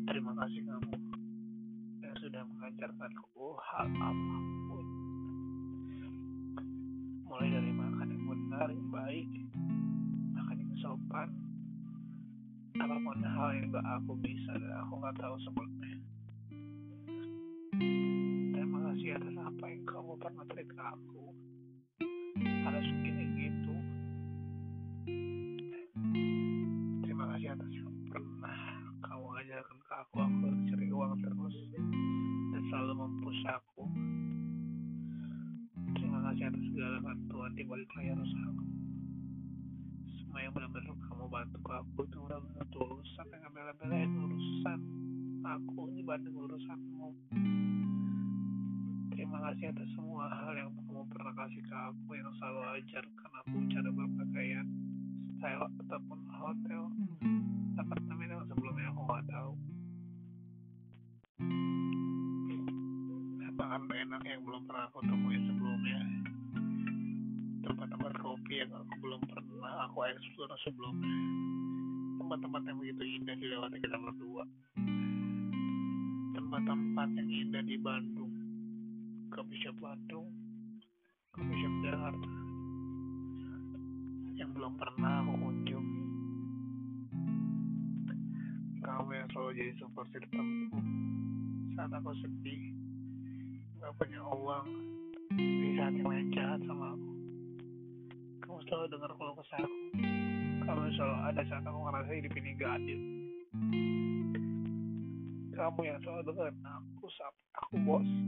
Terima kasih kamu yang sudah mengajarkanku hal apapun, mulai dari makan yang benar, yang baik, makan yang sopan, apapun hal yang gak aku bisa dan aku gak tahu sebelumnya. Terima kasih atas apa yang kamu pernah beri ke aku. Harus gini gitu. Terima kasih atas yang pernah kamu ajarkan ke aku harus cari uang terus dan selalu mempush aku. Terima kasih atas segala bantuan di balik layar usahaku. Semua yang benar-benar kamu bantu aku itu benar-benar tulus sampai ngambil-ngambilin urusan aku dibanding urusanmu. Terima kasih atas semua hal yang kamu pernah kasih ke aku, yang selalu ajarkan aku cara berpakaian, style ataupun hotel, apartemen yang sebelumnya aku gak tahu. Makan enak yang belum pernah aku temuin sebelumnya, tempat-tempat kopi yang aku belum pernah aku eksplor sebelumnya, tempat-tempat yang begitu indah dilewati kita berdua, tempat-tempat yang indah di Bandung, coffee shop Bandung, coffee shop Jakarta yang belum pernah aku kunjungi. Kamu yang selalu jadi support sistemku saat aku sedih, gak punya uang, di saat yang lain jahat sama aku. Kamu selalu dengar keluh kesahku. Kamu selalu ada saat aku ngerasa hidup ini gak adil. Kamu yang selalu dengerin aku saat aku bosan.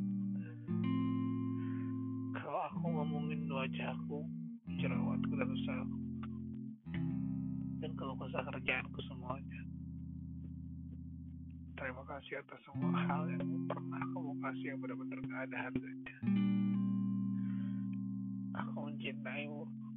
Kalau aku ngomongin wajahku, jerawatku dan usahaku, dan kalau kesah kerjaanku semuanya. Terima kasih atas semua hal yang pernah kamu kasih yang benar-benar gak ada harganya. Aku mencintaimu